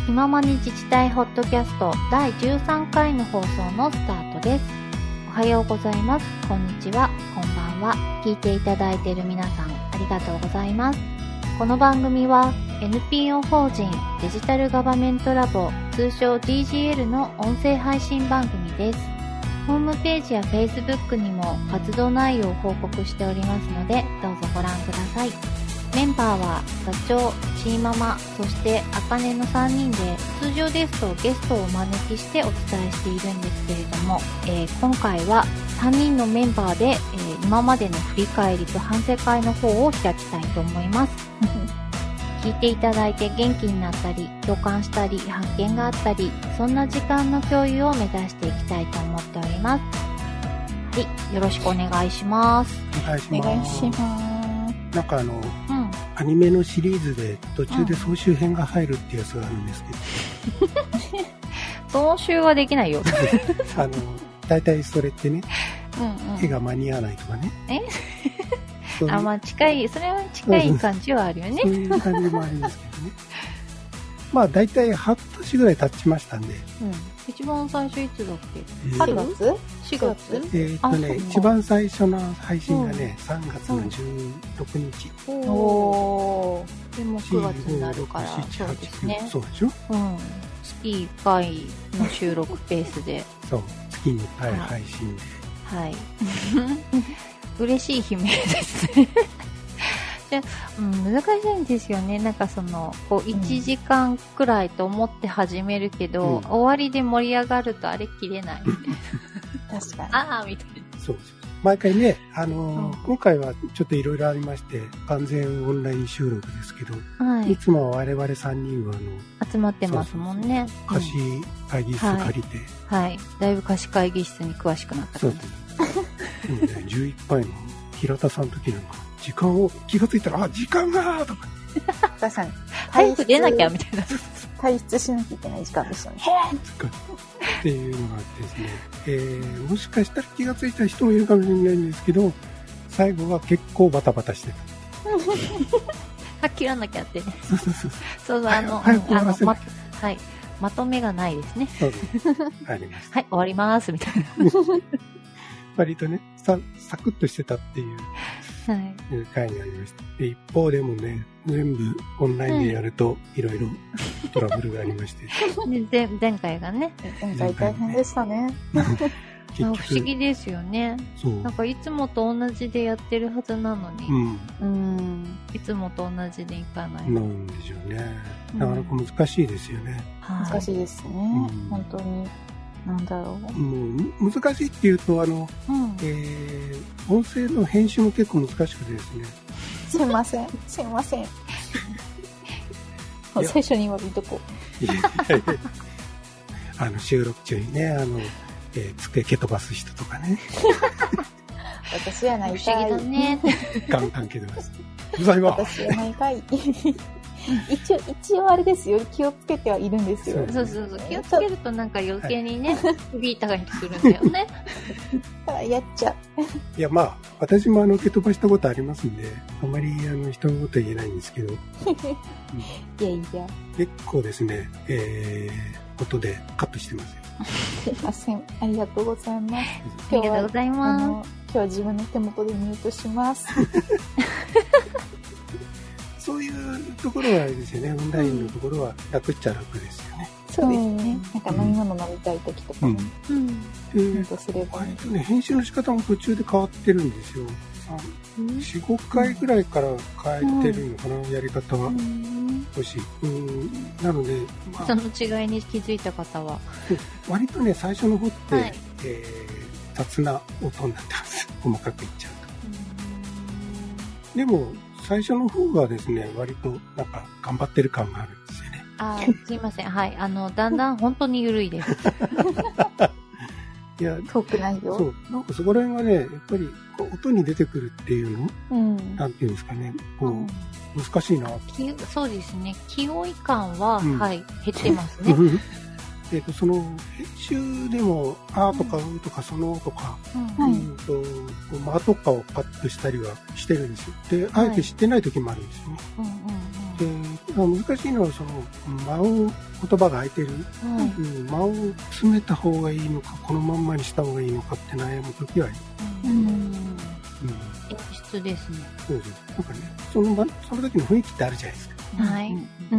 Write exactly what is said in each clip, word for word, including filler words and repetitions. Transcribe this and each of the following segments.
今まに自治体ホットキャストだいじゅうさんかいの放送のスタートです。おはようございます。こんにちは。こんばんは。聞いていただいている皆さん、ありがとうございます。この番組は エヌピーオー 法人デジタルガバメントラボ、通称 ディージーエル の音声配信番組です。ホームページや Facebook にも活動内容を報告しておりますので、どうぞご覧ください。メンバーは座長、チーママ、そしてあかねのさんにんで、通常ですとゲストをお招きしてお伝えしているんですけれども、えー、今回はさんにんのメンバーで、えー、今までの振り返りと反省会の方を開きたいと思います。聞いていただいて元気になったり、共感したり、発見があったり、そんな時間の共有を目指していきたいと思っております。はい、よろしくお願いします。 お願いします。 お願いします。 なんかあの、 うん、 アニメのシリーズで途中で総集編が入るってやつがあるんですけど、総集はできないよ。 あの、だいたいそれってね、 うんうん、 絵が間に合わないとかね。 えあ、まあ近い、それは近い感じはあるよね。 そういう感じもありますけどね。まあ大体はちしぐらい経ちましたんで。 うん、一番最初いつだっけ？ えー、 はちがつ ? しがつ？ えー、っとね、一番最初の配信がね、うん、さんがつのじゅうろくにち。 うん、おー。でもくがつになるから、そうですね。 そうでしょ？ うん。月いっかいの収録ペースで。 そう、月にいっかい配信で。 はい。嬉しい悲鳴ですね。で、うん、難しいんですよね。なんかその、こういちじかんくらいと思って始めるけど、うん、終わりで盛り上がるとあれ切れない。 確かに。 ああ、みたいな。 そうそう。毎回ね、あのーうん、今回はちょっといろいろありまして、完全オンライン収録ですけど、はい、いつもは我々さんにんはあの、 集まってますもんね。 貸し会議室借りて、 うんはい。はい。だいぶ貸し会議室に詳しくなったから。そうです。 でもね、じゅういっかいの平田さんの時なんか、時間を気がついたら、あ、時間がーとか。 確かに。 早く出なきゃみたいな。 退出しなきゃいけない時間でしたね。 はぁとか。っていうのがあってですね、えー、もしかしたら気がついた人もいるかもしれないんですけど、最後は結構バタバタしてた。切らなきゃってね。 そうそうそう。 そうそう、あの、 早く終わらせま、はい。まとめがないですね。 そうです。あります。 はい、終わります、みたいな。 割とね、さ、サクッとしてたっていう。はい。回にありました。で、一方でもね、全部オンラインでやると、いろいろトラブルがありまして。 で、前回がね。 前回大変でしたね。 不思議ですよね。そう。なんかいつもと同じでやってるはずなのに。うん。うん。いつもと同じでいかない。 なんでしょうね。なかなか難しいですよね。 うん、難しいですね。うん、本当に。なんだろう。 もう難しいっていうと、あの、うん、えー、音声の編集も結構難しくてですね。 すいません。すいません。最初に今見とこう。いやいやいやあの、収録中にね、あの、えー、机蹴飛ばす人とかね。 私やないかい。 不思議だね。 ガンガン蹴飛ばす。うざいわ。 私やないかい。一応、一応あれですよ。気をつけてはいるんですよ。 そうそうそう。気をつけるとなんか余計にね、ビータがするんだよね。 やっちゃう。 いや、まあ、私もあの、蹴飛ばしたことありますんで、あまりあの、人のこと言えないんですけど。うん、 いやいや。 結構ですね、えー、音でカットしてますよ。 すいません。ありがとうございます。 ありがとうございます。 今日は自分の手元でミュートします。 そういうところはあれですよね。オンラインのところは楽っちゃ楽ですよね。 そうですね。なんか飲み物飲みたい時とかも、うん。ミュートすればいい。 ね、編集の仕方も途中で変わってるんですよ。よん、ごかいぐらいから変えてるのかな、うん、やり方は。少し。うん、なので、 まあ、その違いに気づいた方は。 割とね、最初の方って、はい、えー、雑な音になってます。細かくいっちゃうと。でも、最初の方はですね、割となんか頑張ってる感があるんですよね。 あ、すいません。はい。あの、だんだん本当に緩いです。 いや、 遠くないよ。 そう。なんかそこら辺がね、やっぱり音に出てくるっていうの、うん、なんていうんですかね、こう、うん、難しいな。 そうですね。気負い感は、うん、はい、減ってますね。 えっと、その、編集でも、あーとかうとかそのとか、うん、うんと、間とかをカットしたりはしてるんですよ。で、あえて知ってない時もあるんですよね。はい、で、 難しいのはその間を言葉が空いてる、 はいうん、間を詰めた方がいいのかこのまんまにした方がいいのかって悩むときは、 うんうん、 うん、 演出ですね。 そうです。なんかね、その場その時の雰囲気ってあるじゃないですか。 はい。うんうん。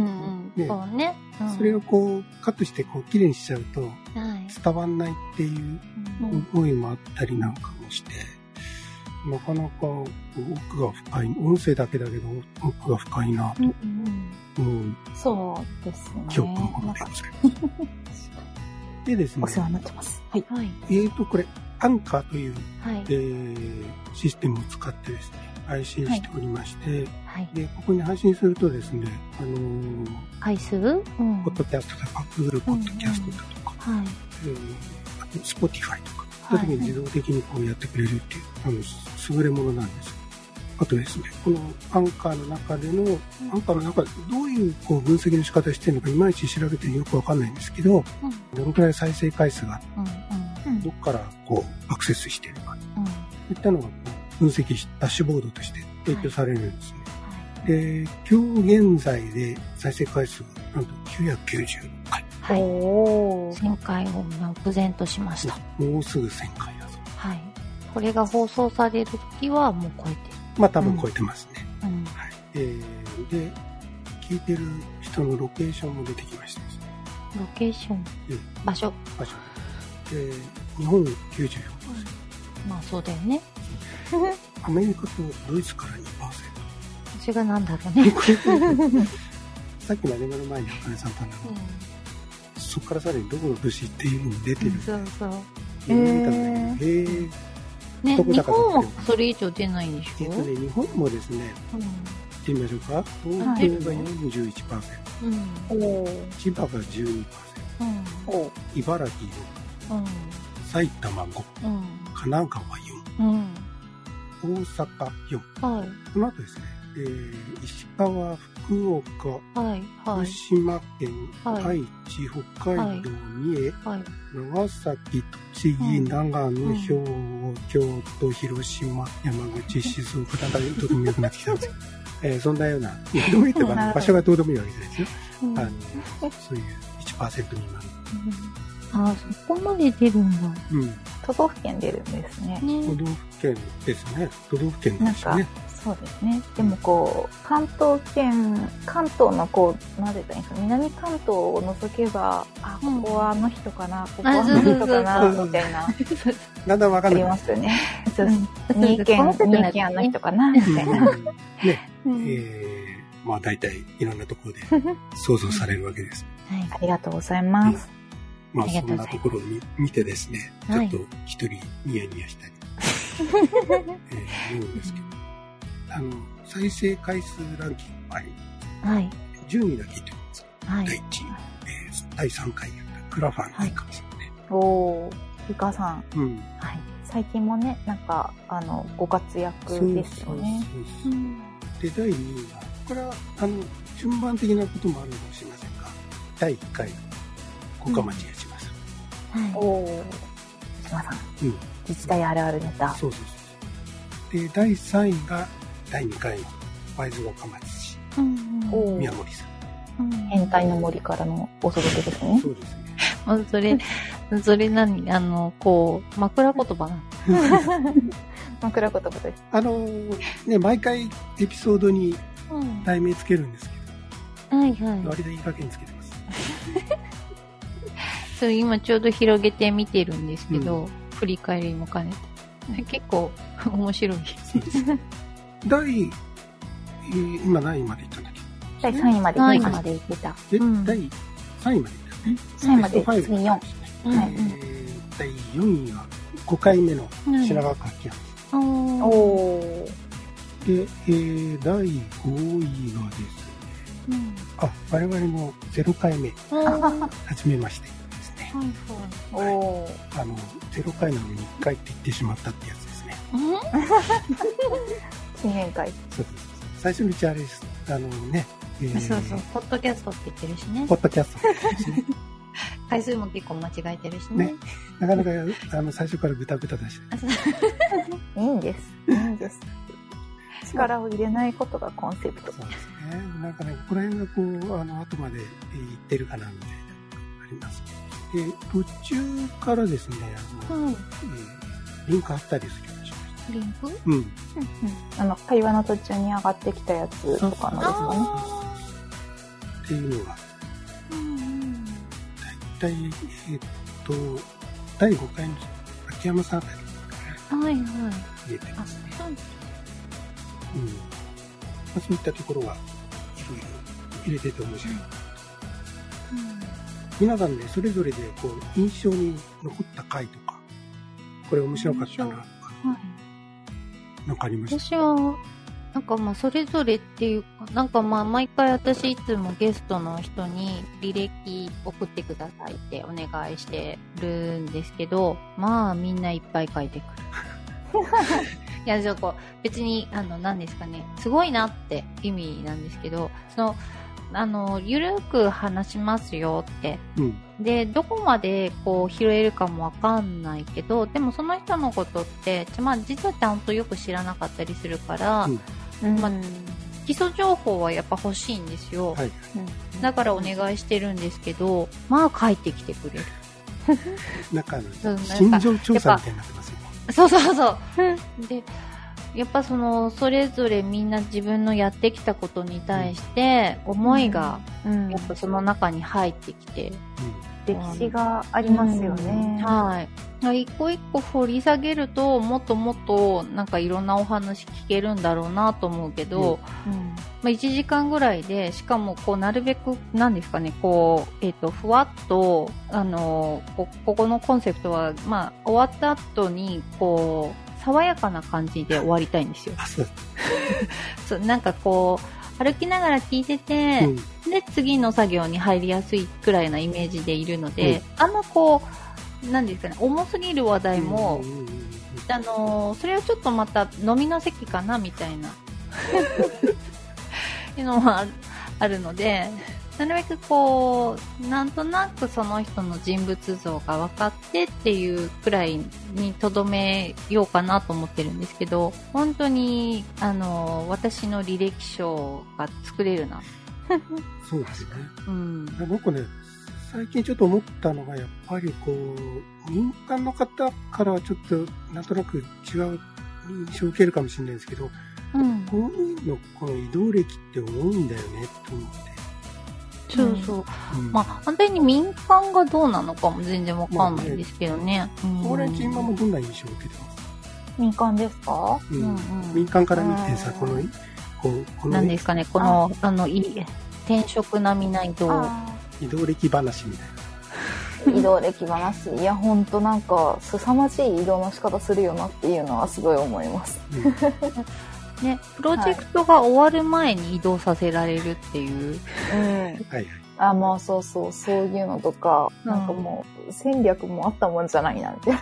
ね、 そうね。うん、 それをこうカットしてこう綺麗にしちゃうと、 はい、 伝わんないっていう思いもあったりなんかもして、うん、なかなか奥が深い、音声だけだけど奥が深いなと、うんうん、 もうそうですね。 記憶のものでございます。でですね、 お世話になってます。はい。 えーとこれアンカーという、 はい、 えー、システムを使ってですね配信しておりまして、 はい、 でここに配信するとですね、あのー、 回数、うん、 ポッドキャストとか Google ポッドキャストだとか、うんうん、はい、えー、あと Spotify とかそういう時に自動的にこうやってくれるっていう、はい、あの優れものなんです。あとですね、このアンカーの中での、うん、アンカーの中でどういうこう分析の仕方してるのかいまいち調べてよくわかんないんですけど、うん、どのくらい再生回数が、うんうん、どこからこうアクセスしてるか、うん、そういったのがこう分析しダッシュボードとして提供されるんですね。はい、で今日現在で再生回数がなんときゅうひゃくきゅうじゅうろっかい。 はい。おー、せんかいを目前としました。 もうすぐせんかいだぞ。 はい。これが放送される時はもう超えてる。 まあ多分超えてますね。 うんうん、 はい。えー、で聞いてる人のロケーションも出てきましたですね。 ロケーション、うん、場所。 場所。で日本きゅうじゅうよんパーセント。 まあそうだよね。 アメリカとドイツからにパーセント。 それがなんだろうね。 さっきまでの前に茜さんと話した、うん、そこからさらにどこの都市っていうのに出てる、うん、 そうそう。 えー、へーね、日本もそれ以上出ないんでしょ。 えっとね、日本もですね、うん、言ってみましょうか。東京が よんじゅういちパーセント、うん、千葉が じゅうにパーセント、うん、茨城ろく、うん、埼玉ご、うん、神奈川よん、うん、大阪よん、はい、この後ですね、えー、石川、福岡、はいはい、福島県、はい、愛知、北海道、三重、はい、長崎、栃木、うん、長野、兵庫、京都、広島、山口、静岡、だんだんどうでもよくなってきたんですよ。えー、そんなような、どうでもいいって場所がどうでもいいわけじゃないですよ。うん、あのそういう いちパーセント 未満。 うん、ああ、そこまで出るんだ。 うん。都道府県出るんですね。 ね、都道府県ですね。都道府県ですね。 そうですね。でもこう、関東圏、関東のこう、なんて言ったらいいんですか、南関東を除けば、あ、ここはあの人かな、うん、ここはあの人かな、みたいな。 だんだんわかんない。 ありますよね。そうです。三重県、三重県あの人かな、みたいな。ね。 えー、まあ大体いろんなところで想像されるわけです。 はい。ありがとうございます。 まあそんなところを見てですね、ちょっと一人ニヤニヤしたり、えー、思うんですけど。あの再生回数ランキングあり、はい、順位だけ言ってます。はい、だいいちい、えー、だいさんかいやったクラファンのイカさんね。 はい、おー、イカさん、うん、はい。最近もね、なんかあのご活躍ですよね。そうそうそう、うん、 でだいにいはこれはあの順番的なこともあるかもしれませんが、だいいっかい五日町八島さん、 うん、はい、おー、八島さん、うん、自治体あるあるネタ。 そうそうそう。でだいさんいがだいにかいのワイズ五日町市、うん、宮森さん、 うん、変態の森からのお届けですね。 そうですね。 まずそれそれ何あのこう枕言葉な枕言葉です。 あのね、毎回エピソードに題名つけるんですけど、うん、はいはい、割といい加減つけてます。 そう今ちょうど広げて見てるんですけど、うん、振り返りも兼ねて結構面白い。 そうです。だい、えー、今何位までいったんだっけ？ だいさんいまで、さんいまでいってた。 え、うん、だいさんいまでいったね。 さんいまで、次よん。はい。 えー、だいよんいがごかいめの品川活気庵です。うん、おー。で、えー、だいごいがですね、うん、あ、我々もゼロかいめ、初めましてですね。はいはい、おー。あの、ゼロかいなのにいっかいって言ってしまったってやつですね。 新年会。 そうそうそう。最初のうちあれです。あのね。 えー、そうそう。ポッドキャストって言ってるしね。 ポッドキャストって言ってるしね。 回数も結構間違えてるしね。ね、 なかなかあの最初からグタグタだし。 いいんです。いいんです。 力を入れないことがコンセプト。 そうですね。なんかね、ここら辺がこう、あの、後までいってるかな、みたいなのがあります。で、途中からですね、あの、 はい。 えーリンクあったりするようにしました。 リンク？ うん。 うんうん、あの会話の途中に上がってきたやつとかのですかね。 っていうのが、 うんうん。 だいたい、えっと、だいごかいの秋山さんあたりからはいはい。 入れてますね。 そう。 うん。まあ、そういったところがいろいろ入れてて面白い。 うん。 皆さんね、それぞれでこう印象に残った回とか、これ面白かったなとか、 はい。 なんかありました？ 私は、なんかまあそれぞれっていうか、なんかまあ毎回私いつもゲストの人に履歴送ってくださいってお願いしてるんですけど、まあみんないっぱい書いてくる。いや、ちょっと別に、あの、何ですかね、すごいなって意味なんですけど、その、あの、ゆるく話しますよって。 うん。 で、どこまでこう拾えるかもわかんないけど、でもその人のことって、まあ実はちゃんとよく知らなかったりするから、 うんまあ、基礎情報はやっぱ欲しいんですよ。 はい。 だからお願いしてるんですけど、まあ書いてきてくれる。 なんかあそうの、心情調査みたいになってますよね。 そうそうそう。で、やっぱその、それぞれみんな自分のやってきたことに対して、思いが、 うん、 やっぱその中に入ってきて、 歴史がありますよね。 はい。一個一個掘り下げると、もっともっとなんかいろんなお話聞けるんだろうなと思うけど、 うんまあ、いちじかんぐらいで、しかもこうなるべく、なんですかね、こう、えっと、ふわっと、あの、こ、ここのコンセプトは、まあ、終わった後に、こう、爽やかな感じで終わりたいんですよ。 あ、そうです。 そう、なんかこう、歩きながら聞いてて、 うんで、次の作業に入りやすいくらいなイメージでいるので、 うんあんまこう、なんですかね、重すぎる話題も、 うんうんうんうんあのーそれをちょっとまた飲みの席かなみたいないうのはあるので、なるべくこうなんとなくその人の人物像が分かってっていうくらいにとどめようかなと思ってるんですけど、本当にあのー私の履歴書が作れるな。 そうですね。 うん。 なんかね、最近ちょっと思ったのが、やっぱりこう、民間の方からはちょっとなんとなく違う印象を受けるかもしれないですけど、 うん。 公務員のこの移動歴って多いんだよね、と思って。 そうそう。 うん、 まあ、反対に民間がどうなのかも全然わかんないですけどね。 それ今もどんな印象を受けてます？ 民間ですか？ うんうんうん民間から見てさ、この、こうこのなんですかね、この、あの、い転職並みな移動。 移動歴話みたいな。 移動歴話。いや、ほんとなんか、凄まじい移動の仕方するよなっていうのはすごい思います。 うん、 ね、プロジェクトが終わる前に移動させられるっていう。 うん。 はいはい。 あ、まあそうそう、そういうのとか、うん、なんかもう、戦略もあったもんじゃないなんて。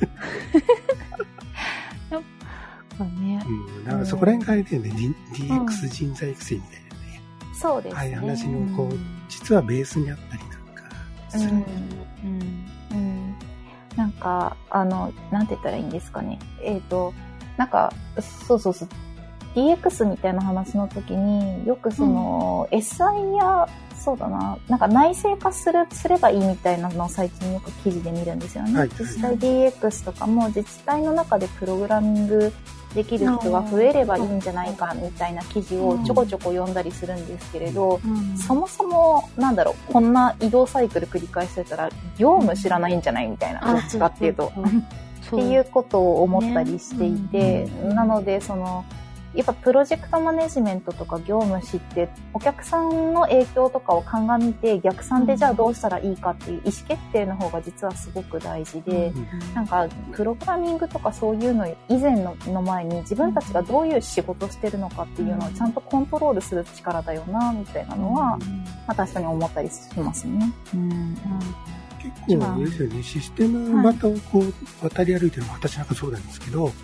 ね、 うん、なんかそこら辺からね、ディーエックス 人材育成みたいなね。 そうですね。 ああいう話のこう、実はベースにあったりなんかする。 うん。うんうん、なんか、あの、なんて言ったらいいんですかね。えっと、なんか、そうそうそう。ディーエックス みたいな話の時によくその、うん、エスアイ やそうだななんか内製化するすればいいみたいなのを最近よく記事で見るんですよね、はい、自治体 ディーエックス とかも自治体の中でプログラミングできる人が増えればいいんじゃないかみたいな記事をちょこちょこ読んだりするんですけれど、うん、そもそもなんだろうこんな移動サイクル繰り返してたら業務知らないんじゃないみたいな、どっちかっていうとっていうことを思ったりしていて、ねうん、なのでそのやっぱプロジェクトマネジメントとか業務知ってお客さんの影響とかを鑑みて逆算でじゃあどうしたらいいかっていう意思決定の方が実はすごく大事で、うん、なんかプログラミングとかそういうの以前 の, の前に自分たちがどういう仕事してるのかっていうのをちゃんとコントロールする力だよなみたいなのは、うんまあ、確かに思ったりしますね。うんうん結構ですよね、システム股をこう渡り歩いてるのは私なんかそうなんですけど、うん、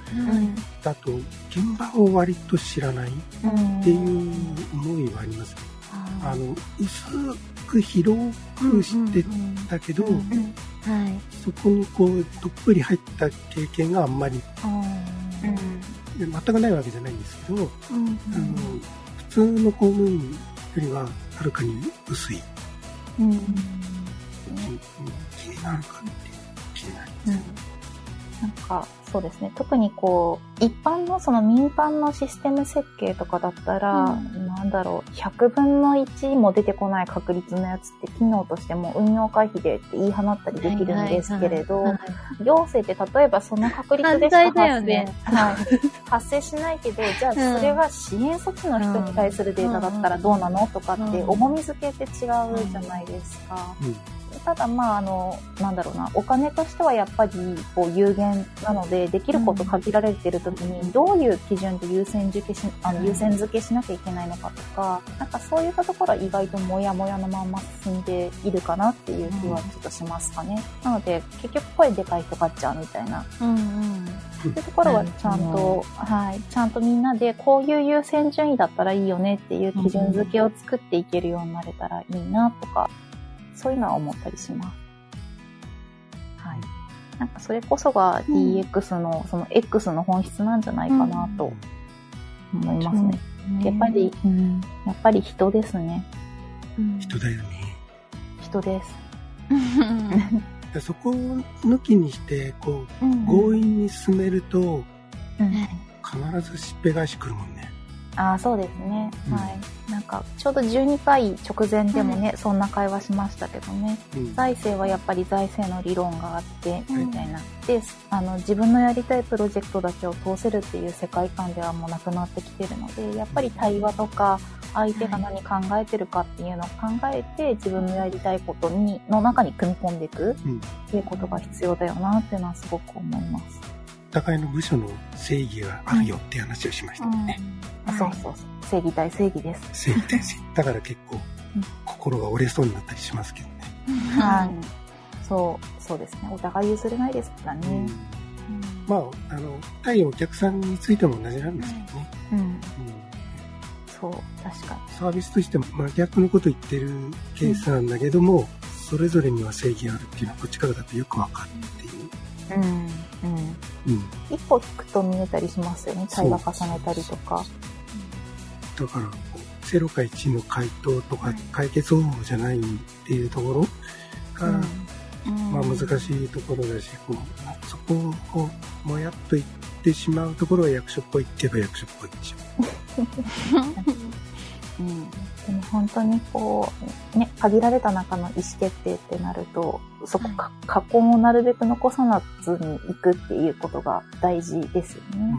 あと現場を割と知らないっていう思いはありますね。うん、あの薄く広く知ってたけど、そこにこうどっぷり入った経験があんまり、うん、 全くないわけじゃないんですけど、うんうん、 あの普通の公務員よりははるかに薄い、 うんうん、 気になるかって気になります、うんなんかそうですね、特にこう一般のその民間のシステム設計とかだったら、うん、なんだろうひゃくぶんのいちも出てこない確率のやつって機能としても運用回避でって言い放ったりできるんですけれど、行政って例えばその確率でしか発生、ねはい、発生しないけどじゃあそれは支援措置の人に対するデータだったらどうなのとかって重み付けって違うじゃないですか。うんうんただまああのなんだろうなお金としてはやっぱりこう有限なのでできること限られているときにどういう基準で優先付けしあの優先付けしなきゃいけないのかとかなんかそういったところは意外とモヤモヤのまま進んでいるかなっていう気はちょっとしますかね。なので結局声でかい人勝っちゃうみたいな、うんうん、っていうところはちゃんと、はい、ちゃんとみんなでこういう優先順位だったらいいよねっていう基準付けを作っていけるようになれたらいいなとか。そういうのは思ったりします。はい。なんかそれこそが ディーエックス の、うん、その X の本質なんじゃないかなと思いますね。うん、やっぱり、うん、やっぱり人ですね。 うん、人だよね。 人です。 そこを抜きにしてこう、うんうん、強引に進めると、うん、必ずしっぺ返し来るもんね。 ああそうですね、うん、はいなんかちょうどじゅうにかい直前でもね、うん、そんな会話しましたけどね、うん、財政はやっぱり財政の理論があってみたいな、うん、であの自分のやりたいプロジェクトだけを通せるっていう世界観ではもうなくなってきてるのでやっぱり対話とか相手が何考えてるかっていうのを考えて自分のやりたいことにの中に組み込んでいくっていうことが必要だよなっていうのはすごく思います。 お互いの部署の正義があるよって話をしましたもんね、 うんうん、そうそうそう正義対正義です正義対正義だから結構、うん、心が折れそうになったりしますけどね、 はい、うん、そうそうですねお互い譲れないですからね、うんうん、 まああの対お客さんについても同じなんですけどね、うんうんうん、 そう確かにサービスとしても真逆のこと言ってるケースなんだけども、うん、それぞれには正義があるっていうのはこっちからだとよくわかるっていう、うんうんうん、一歩引くと見えたりしますよね対話重ねたりとかだからゼロかいちの回答とか解決方法じゃないっていうところが、うんまあ、難しいところだしこうそこをもやっと言ってしまうところは役所っぽいって言えば役所っぽいでしょうん、でも本当にこう、ね、限られた中の意思決定ってなるとそこか過去をなるべく残さずにいくっていうことが大事ですよね、うんうん、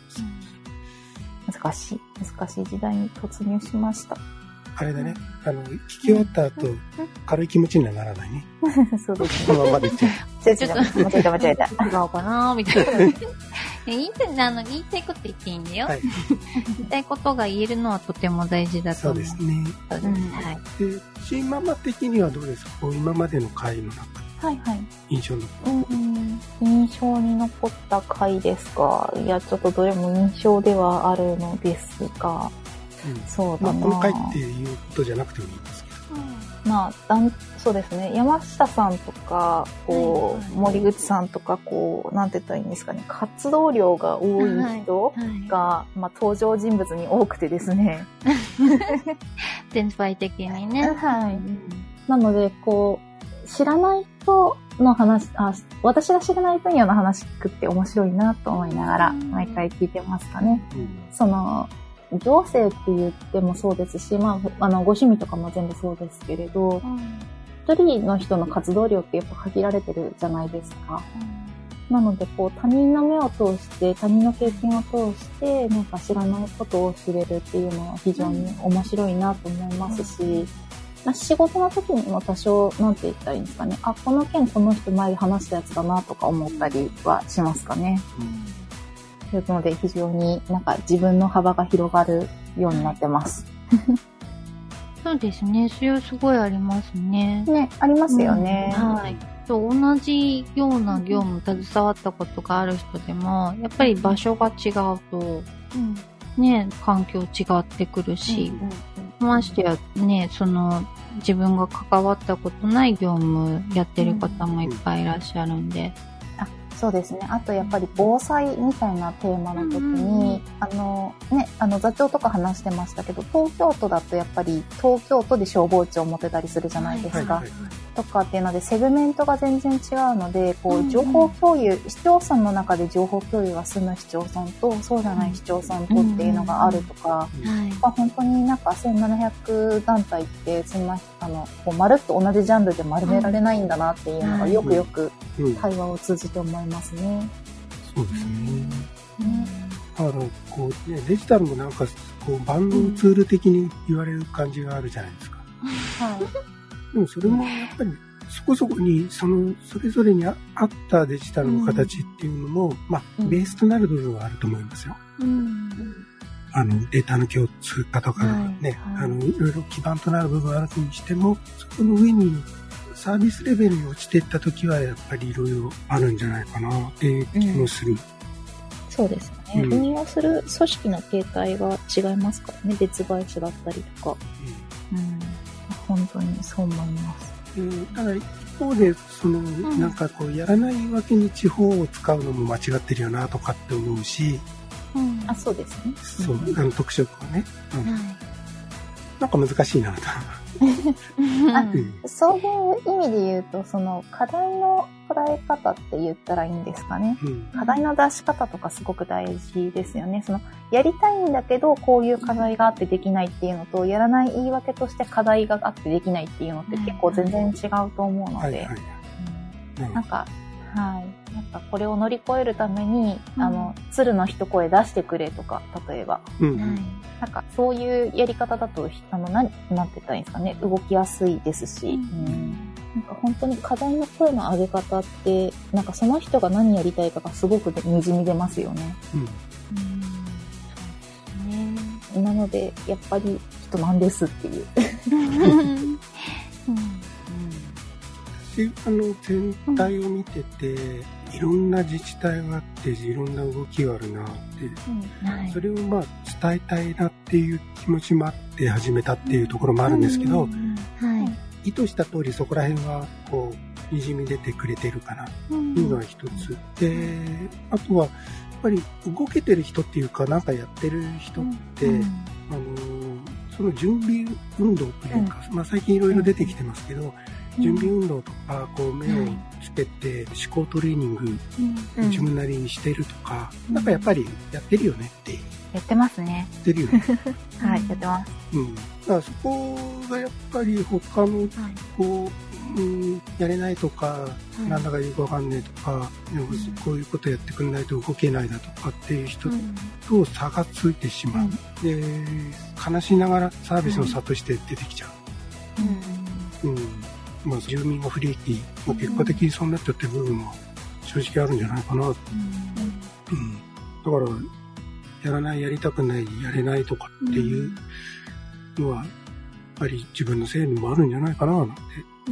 難しい難しい時代に突入しましたあれだねあの聞き終わった後、うん、軽い気持ちにはならないねそうですねこのままで言っちゃうちょっと間違えた間違えた違うかなみたいな言いたいあの言いたいこと言っていいんだよ、はい、言いたいことが言えるのはとても大事だと思う。 そうですね。そうですね。はい。で、シーママ的にはどうですか？こう今までの回の中で。 はいはい。 印象に残った。うん、 印象に残った回ですか？いやちょっとどれも印象ではあるのですが、うん、そうだな。 まあこの回っていうことじゃなくてもいいんですけど。 うん、まあだんそうですね。山下さんとかこう、はいはい、森口さんとかこうなんて言ったらいいんですかね。活動量が多い人が、はい、まあ登場人物に多くてですね。 全体的にね。 はい。なのでこう知らない人の話あ私が知らない分野の話聞くって面白いなと思いながら毎回聞いてますかね。うん、その行政って言ってもそうですし、まあ、あのご趣味とかも全部そうですけれど、うん、一人の人の活動量ってやっぱ限られてるじゃないですか。うん、なのでこう他人の目を通して他人の経験を通してなんか知らないことを知れるっていうのは非常に面白いなと思いますし、うんまあ、仕事の時にも多少なんて言ったらいいんですかね。あ、この件この人前で話したやつだなとか思ったりはしますかね。うんですので非常になんか自分の幅が広がるようになってます。 そうですね。それはすごいありますね。 ね、ありますよね。 うん、はい。と同じような業務携わったことがある人でも、やっぱり場所が違うと、うん、ね、環境違ってくるし、うんうんうん、ましてやね、その自分が関わったことない業務やってる方もいっぱいいらっしゃるんで。 あ、 そうですね。あとやっぱり防災みたいなテーマの時に、うんうんうん、あのね、あの座長とか話してましたけど、東京都だとやっぱり東京都で消防庁を持ってたりするじゃないですか。はいはいはい、とかっていうのでセグメントが全然違うので、こう情報共有、うんうん、市町村の中で情報共有が済む市町村とそうじゃない市町村とっていうのがあるとか、うんうんうん、まあ、本当になんかせんななひゃく団体ってそんなあのこうまるっと同じジャンルで丸められないんだなっていうのがよくよく対話を通じて思いますね。 そうですね。ね、だからこうね、デジタルもなんかこう万能ツール的に言われる感じがあるじゃないですか。はい。でもそれもやっぱりそこそこにそのそれぞれに合ったデジタルの形っていうのも、うん、まあベースとなる部分はあると思いますよ。うん、あのデータの共通化とかね、はいはい、あのいろいろ基盤となる部分があるにしても、そこの上にサービスレベルに落ちていった時はやっぱりいろいろあるんじゃないかなっていう気もする。うん、 そうですね、うん。運用する組織の形態が違いますからね、別会社だったりとか。 うん、うん、本当にそう思います。 うん、ただ一方でその、うん、なんかこうやらないわけに地方を使うのも間違ってるよなとかって思うし、 うん、あ、そうですね。 そう、あの特色はね、うん、はい、なんか難しいなと。 あ、うん、そういう意味で言うと、その課題の捉え方って言ったらいいんですかね、うん、課題の出し方とかすごく大事ですよね。そのやりたいんだけどこういう課題があってできないっていうのと、やらない言い訳として課題があってできないっていうのって結構全然違うと思うので、なんかはいなんかこれを乗り越えるために、うん、あの鶴の一声出してくれとか、例えば、うん、なんかそういうやり方だとあのなんなんて言ったらいいんですかね、動きやすいですし、うんうん、なんか本当に課題の声の上げ方ってなんかその人が何やりたいかがすごくにじみ出ますよね。うんうんそうですね、なのでやっぱり人なんですっていう。うんであの全体を見てて、うん、いろんな自治体があっていろんな動きがあるなって、うんはい、それをまあ伝えたいなっていう気持ちもあって始めたっていうところもあるんですけど、うんうんはい、意図した通りそこら辺はこうにじみ出てくれてるかなというのが一つ、うん、であとはやっぱり動けてる人っていうかなんかやってる人って、うん、あのその準備運動というか、うんまあ、最近いろいろ出てきてますけど、準備運動とかこう目をつけて思考トレーニング自分なりにしてるとか、うん、なんかやっぱりやってるよねってやってますね。 やってるよね。 はいやってます。 うん。だからそこがやっぱり他のこう、うん、やれないとか、うん、なんだかよくわかんないとか、うん、こういうことやってくれないと動けないだとかっていう人と差がついてしまう。うん、で悲しながらサービスの差として出てきちゃう。うん。うんまあ、住民が不利益、まあ、結果的にそうなっちゃってる部分も正直あるんじゃないかな、うんうん、だからやらないやりたくないやれないとかっていうのはやっぱり自分のせいにもあるんじゃないかななんて、うん、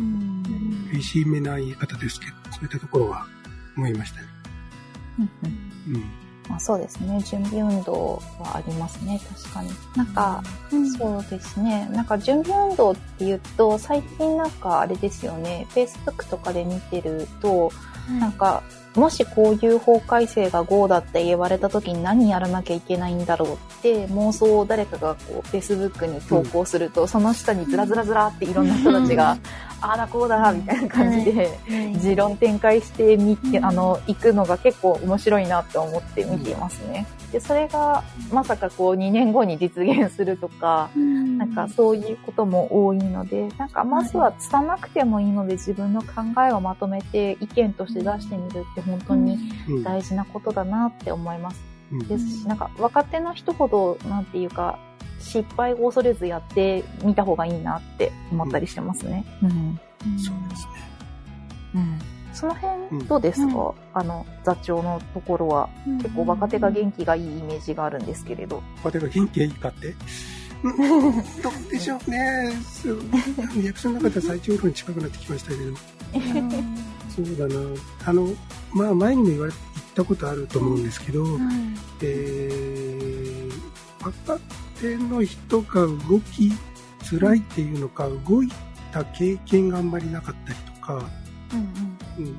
厳しめな言い方ですけどそういったところは思いましたね、 うんうんまあ、そうですね準備運動はありますね確かになんか、うん、そうですねなんか準備運動って言うと最近なんかあれですよね Facebook とかで見てると、うん、なんかもしこういう法改正が ゴー だって言われた時に何やらなきゃいけないんだろうって妄想を誰かがこう Facebook に投稿すると、うん、その下にずらずらずらっていろんな人たちが、うん、ああだこうだみたいな感じで、うん、持論展開してみて、うん、あの行くのが結構面白いなって思って見ていますね。でそれがまさかこうにねんごに実現するとか、うん、なんかそういうことも多いのでなんかまずは伝なくてもいいので自分の考えをまとめて意見として出してみるって本当に大事なことだなって思います、うん、ですしなんか若手の人ほどなんていうか失敗を恐れずやってみた方がいいなって思ったりしてますね、うんうん、 そうですね、 うんその辺どうですか、うん、あの座長のところは、うん、結構若手が元気がいいイメージがあるんですけれど若手が元気がいいかってどうでしょうね役所の中では最長老に近くなってきましたけどそうだなあのまあ前にも言われ言ったことあると思うんですけど、うん、えー、若手の人が動きづらいっていうのか動いた経験があんまりなかったりとかうんうんうん、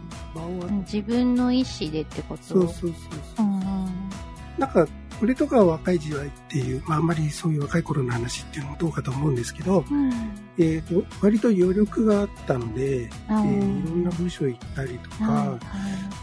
を、 自分の意思でってこと？ そうそうそうそう。 うんうん、 なんか、俺とかは若い時代っていう、まあ、あんまりそういう若い頃の話っていうのもどうかと思うんですけど、うん、えーと、割と余力があったので、えー、いろんな部署行ったりとか、はい、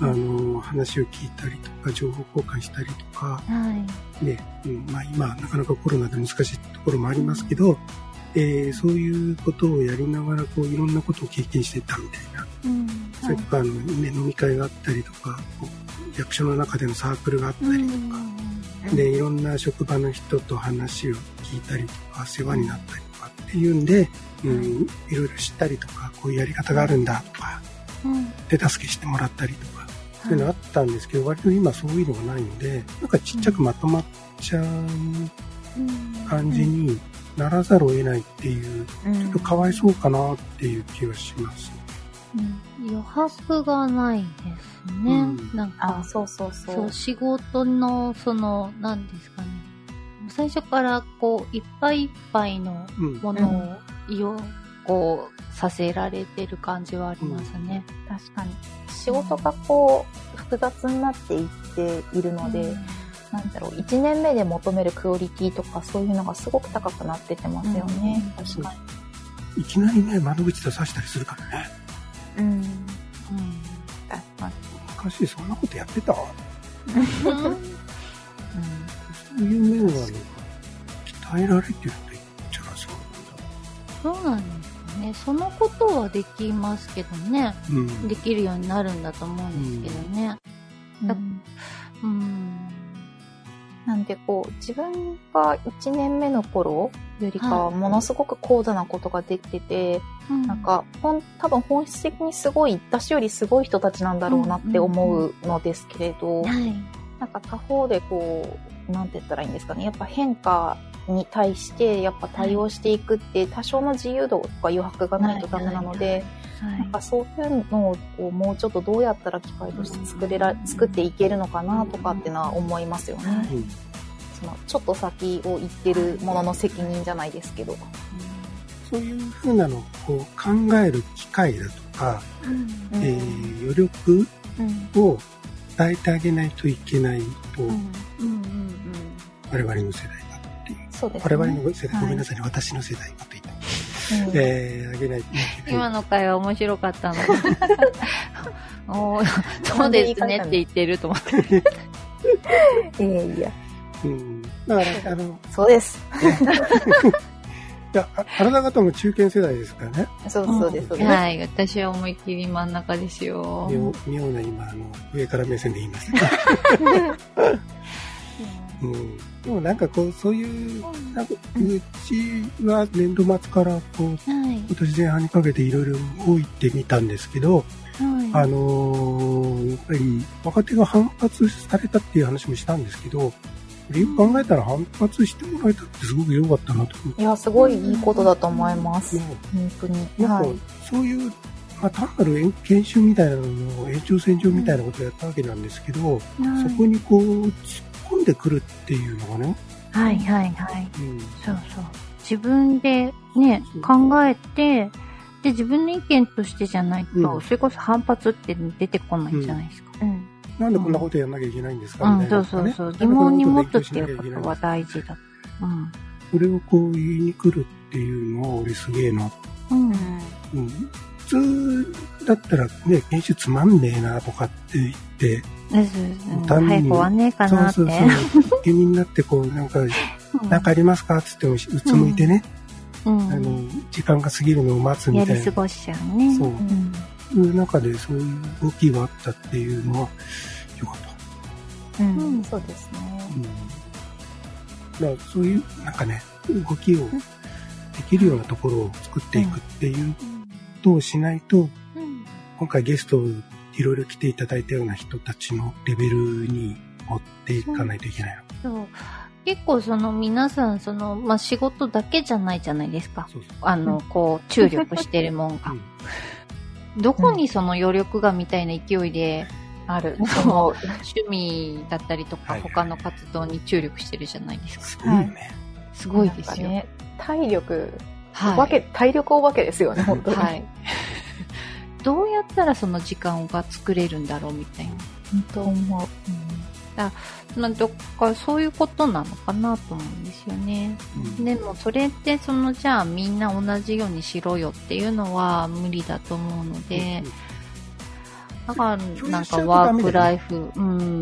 あの、話を聞いたりとか、情報交換したりとか、はい、ね、うん、まあ今、なかなかコロナで難しいところもありますけど、えー、そういうことをやりながら、こう、いろんなことを経験してたみたいな。うん、それとか、あの、ね、飲み会があったりとか、役所の中でのサークルがあったりとか、うん、で、いろんな職場の人と話を聞いたりとか、世話になったりとかっていうんで、うん、いろいろ知ったりとか、こういうやり方があるんだとか、うん、手助けしてもらったりとか、そういうのあったんですけど、割と今そういうのがないので、なんかちっちゃくまとまっちゃう感じにならざるを得ないっていう、ちょっとかわいそうかなっていう気がします。 うん、余白がないですね。うん、なんか、 あ、そうそうそう。 そう、仕事の、その、何ですかね。最初からこういっぱいいっぱいのものを、うん、こうさせられてる感じはありますね、 うん、確かに仕事がこう複雑になっていっているので、うん、なんだろういちねんめで求めるクオリティとかそういうのがすごく高くなっててますよね、うん、確かにいきなりね窓口出させたりするからねうん、うん、 確かに昔そんなことやってたうんそういう面はね、鍛えられてると言っちゃそうなんだ。そうなんですね。そのことはできますけどね。うん、できるようになるんだと思うんですけどね。うん。だうん、 なんでこう、自分がいちねんめの頃よりかはものすごく高度なことができてて、はい、なんか、ほん、多分本質的にすごい、私よりすごい人たちなんだろうなって思うのですけれど、はい、なんか他方でこう、なんて言ったらいいんですかね。やっぱ変化に対してやっぱ対応していくって多少の自由度とか余白がないとダメなので、なんかそういうのをもうちょっとどうやったら機械として作れら、作っていけるのかなとかっていうのは思いますよね。うん、そのちょっと先を言ってるものの責任じゃないですけど。 そういうふうなのをこう考える機会だとか、うんえー、余力を伝えてあげないといけないと、うんうんうん、我々の世代がっていう。そうですね。我々の世代、はい、ごめんなさいね、私の世代がと言った。うん、えー、あげないといけない。 今の会話面白かったの。おそうですねって言ってると思って。 いやいや。 うん。だから、あの、 そうです。 いや、あなた方も中堅世代ですからね。 そうそうです、そうです。 はい、私は思いっきり真ん中ですよ。 妙な今、あの、上から目線で言いましたけど。うん、でもなんかこう、そういう、なんかうちは年度末からこう、はい、今年前半にかけていろいろ動いてみたんですけど、はい、あのー、やっぱり若手が反発されたっていう話もしたんですけど、理由考えたら反発してもらえたってすごく良かったなと思って。 いや、すごいいいことだと思います。ね、本当に。 なんか、そういう、まあ、単なる研修みたいなのの延長線上みたいなことをやったわけなんですけど、うん、そこにこう、突っ込んでくるっていうのがね。 はいはいはい。うん、そうそう。自分でね、考えて、で、自分の意見としてじゃないと、うん、それこそ反発って出てこないじゃないですか。うんうんなんでこんなことやんなきゃいけないんですか、うん、みたいな、ね。 そうそうそう。疑問に持つっていうことは大事だ。うん。 それをこう言いに来るっていうのは俺すげえな。うん。うん。普通だったらね、研修つまんねえなとかって言って、 うん、単に。早く終わんねえかなって。そうそうそう。気になってこう、なんか、なんかありますかって言っても、うつむいてね、うん。あの、時間が過ぎるのを待つみたいな。 やり過ごしちゃうね。 そう。うんいう中でそういう動きがあったっていうのは良かった。うん、うん、そうですね。うん。 だからそういうなんかね動きをできるようなところを作っていくっていうことをしないと、うんうん、今回ゲストいろいろ来ていただいたような人たちのレベルに持っていかないといけないの。 そう。結構その皆さんそのまあ仕事だけじゃないじゃないですか。そうそうあの、うん、こう注力してるもんが。うんどこにその余力がみたいな勢いである、うん、その趣味だったりとか他の活動に注力してるじゃないですか。 すごいよね。 すごいですよ。 ね、体力、はい、お化け、体力お化けですよね、本当に。はい。 どうやったらその時間が作れるんだろうみたいな。 本当思う。うん、 だなんとかそういうことなのかなと思うんですよね。うん、でもそれってそのじゃあみんな同じようにしろよっていうのは無理だと思うので、うん、だからなんかワークライフ、うん、うん、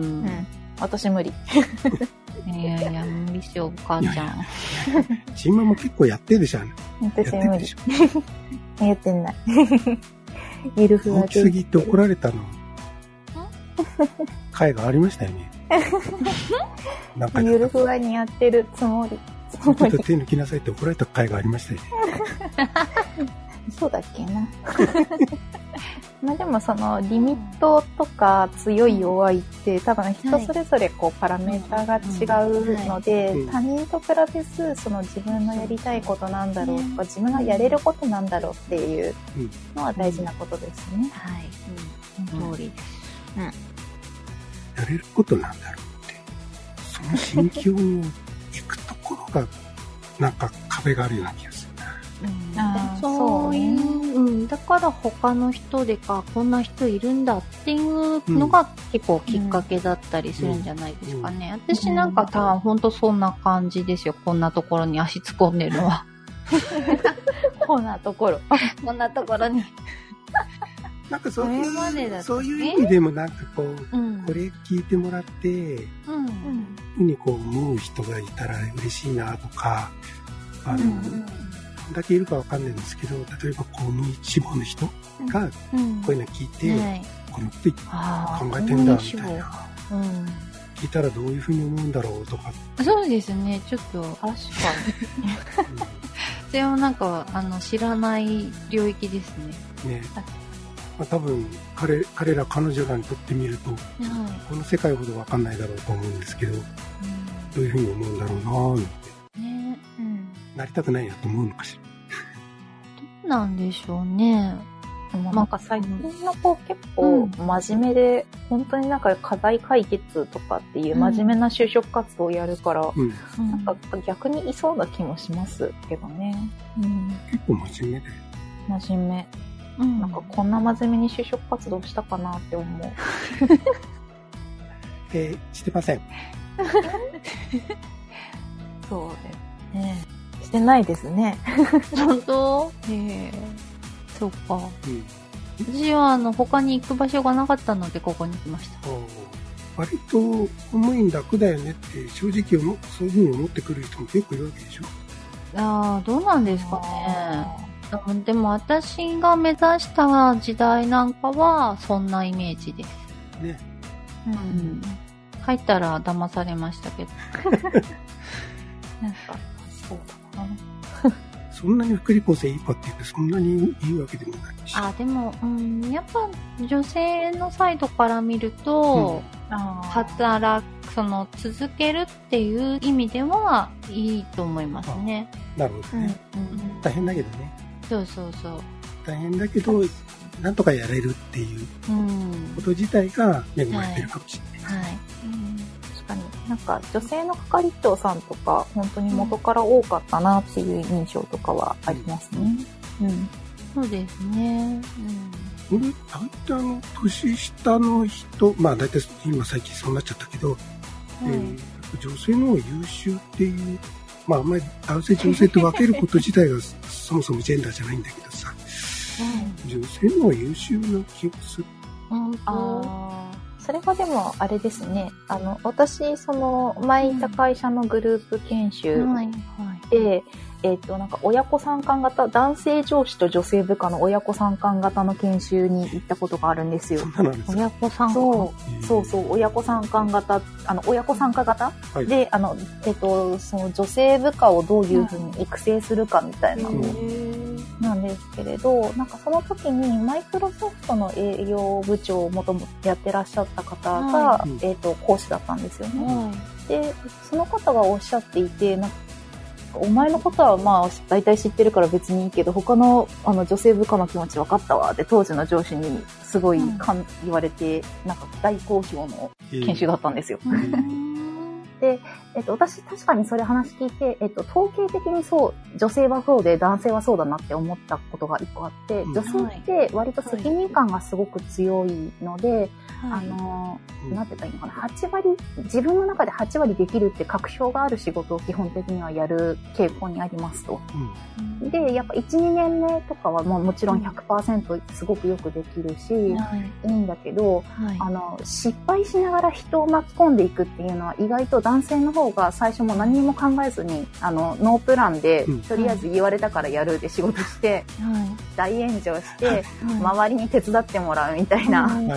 私無理。 いやいや無理しようお母ちゃん。 チームも結構やってるでしょ。 私無理。やってない。ゆるふわで。 大きすぎって怒られたの。回がありましたよね。なんかゆるふわにやってるつもり。 ちょっと手抜きなさいって怒られた回がありましたよね。 そうだっけな。まあでもそのリミットとか強い弱いって多分人それぞれこうパラメーターが違うので、他人と比べずその自分のやりたいことなんだろうとか自分がやれることなんだろうっていうのは大事なことですね。 はい。うん、その通りです。うん。 やれることなんだろうって、その心境に行くところがなんか壁があるような気がする。 うん、あそういう、うん、だから他の人でかこんな人いるんだっていうのが結構きっかけだったりするんじゃないですかね、うん、私なんか多分本当そんな感じですよ。こんなところに足突っ込んでるのはこんなところこんなところになんかそういう、そういう意味でもなんかこう、うん、これ聞いてもらって、うんうん、にこう思う人がいたら嬉しいなとか、あの、うんどんだけいるかわかんないんですけど、例えば公務員志望の人がこういうの聞いて、うんはい、このこと考えてんだみたいな、うん、聞いたらどういうふうに思うんだろうとか。 そうですね、ちょっと確かに、うん、それはなんかあの知らない領域ですね。ね、 まあ、多分 彼, 彼ら彼女らにとってみると、はい、この世界ほどわかんないだろうと思うんですけど、うん、どういうふうに思うんだろうなーなんて。なりたくないなと思うのかしら。 どうなんでしょうね。 なんか最近の子結構真面目で、うん、本当になんか課題解決とかっていう真面目な就職活動をやるから、うん、なんか逆にいそうな気もしますけどね。 うん、結構真面目で。 真面目。うん、なんかこんな真面目に就職活動したかなって思う。 えー、してません。 そうですね。してないですね。 本当？へえ。そうか。うん、私はあの他に行く場所がなかったのでここに来ました。 割と公務員楽だよねって正直思そういうふうに思ってくる人も結構いるわけでしょ。 ああ、どうなんですかね。でも私が目指した時代なんかはそんなイメージです。ね。うん。入ったら騙されましたけど。なんかそうだ。 そんなに福利厚生いいかって言ってそんなにいいわけでもないし。 あ、でも、うん、やっぱ女性のサイドから見ると、うん、あ働く、その続けるっていう意味ではいいと思いますね。 なるほどね、うんうん。大変だけどね。 そうそうそう。 大変だけど、なんとかやれるっていうこと自体が恵まれてるかもしれない。はい。はいなんか女性の係長さんとか本当に元から多かったなっていう印象とかはありますね。 うん、うん、そうですね。 うん、俺大体あの年下の人、まあ大体今最近そうなっちゃったけど、うんえー、女性の方が優秀っていう、まああんまり男性女性と分けること自体がそもそもジェンダーじゃないんだけどさ、うん、女性の方が優秀な気がする。 うん、あそれはでもあれですね。あの私その前いた会社のグループ研修で、うんはいはい、えっとなんか親子参観型男性上司と女性部下の親子参観型の研修に行ったことがあるんですよ。 そうなんですか。 親子参観。 そうそうそう親子参観型あの親子参加型、はい、であのえっとその女性部下をどういうふうに育成するかみたいなの。うんなんですけれど、なんかその時にマイクロソフトの営業部長をもともとやってらっしゃった方が、はい、えっと講師だったんですよね、はい。で、その方がおっしゃっていて、なんかお前のことはまあ大体知ってるから別にいいけど、他のあの女性部下の気持ち分かったわって当時の上司にすごいかん、うん、言われて、なんか大好評の研修だったんですよ。うんで、えっと、私確かにそれ話聞いて、えっと、統計的にそう、女性はそうで男性はそうだなって思ったことが一個あって、女性って割と責任感がすごく強いので、はい、あの、なんて言ったらいいのかな、はち割、自分の中ではち割できるって確証がある仕事を基本的にはやる傾向にありますと。うん、で、やっぱいち、にねんめとかはもうもちろん ひゃくパーセント すごくよくできるし、うん、いいんだけど、はい、あの、失敗しながら人を巻き込んでいくっていうのは意外と男性の方が最初も何も考えずに、あの、ノープランで、とりあえず言われたからやるで仕事して、はい、大炎上して、はい、周りに手伝ってもらうみたいな。はい、